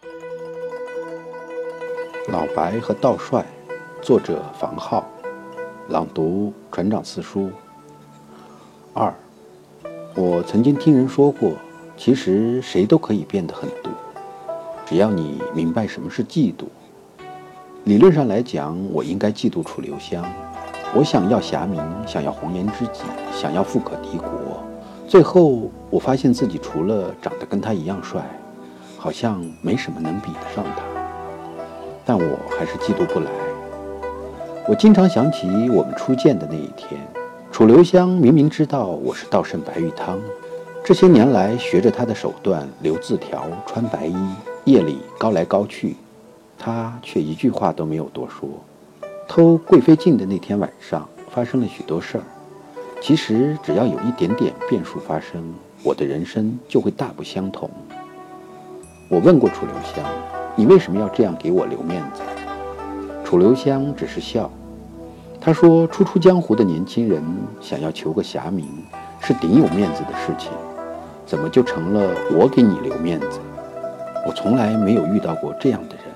老白和道帅，作者房浩，朗读船长四书。2，我曾经听人说过，其实谁都可以变得很毒，只要你明白什么是嫉妒。理论上来讲，我应该嫉妒楚留香，我想要侠名，想要红颜知己，想要富可敌国。最后我发现自己除了长得跟他一样帅，好像没什么能比得上他，但我还是嫉妒不来。我经常想起我们初见的那一天，楚留香明明知道我是道圣白玉汤，这些年来学着他的手段留字条，穿白衣，夜里高来高去，他却一句话都没有多说。偷贵妃镜的那天晚上发生了许多事儿，其实只要有一点点变数发生，我的人生就会大不相同。我问过楚留香，你为什么要这样给我留面子？楚留香只是笑，他说初出江湖的年轻人想要求个侠名是顶有面子的事情，怎么就成了我给你留面子？我从来没有遇到过这样的人。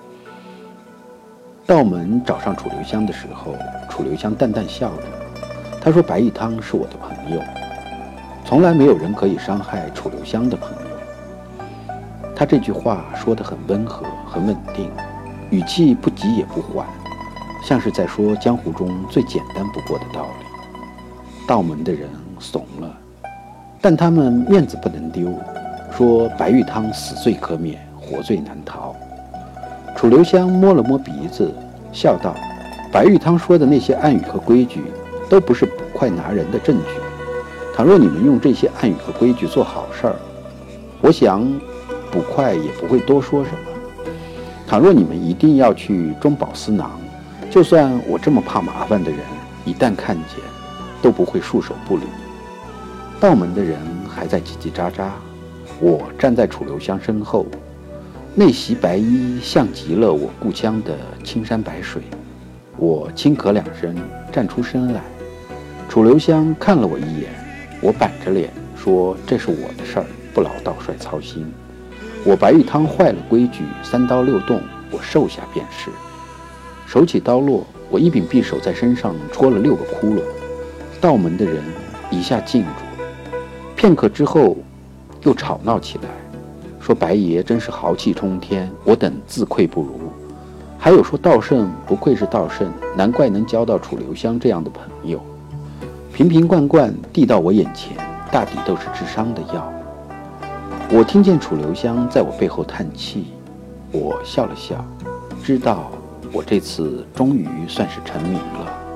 道门找上楚留香的时候，楚留香淡淡笑着，他说白玉汤是我的朋友，从来没有人可以伤害楚留香的朋友。他这句话说得很温和，很稳定，语气不急也不缓，像是在说江湖中最简单不过的道理。道门的人怂了，但他们面子不能丢，说白玉汤死罪可免，活罪难逃。楚留香摸了摸鼻子，笑道，白玉汤说的那些暗语和规矩都不是捕快拿人的证据，倘若你们用这些暗语和规矩做好事儿，我想捕快也不会多说什么。倘若你们一定要去中饱私囊，就算我这么怕麻烦的人，一旦看见都不会束手不离。道门的人还在叽叽喳喳，我站在楚留香身后，那袭白衣像极了我故乡的青山白水。我轻咳2声，站出身来。楚留香看了我一眼，我板着脸说，这是我的事儿，不劳道帅操心。我白玉汤坏了规矩，3刀6洞，我受下便是。手起刀落，我一柄匕首在身上戳了6个窟窿。道门的人一下静住，片刻之后又吵闹起来，说白爷真是豪气冲天，我等自愧不如。还有说道圣不愧是道圣，难怪能交到楚留香这样的朋友。瓶瓶罐罐递到我眼前，大抵都是治伤的药。我听见楚留香在我背后叹气，我笑了笑，知道我这次终于算是成名了。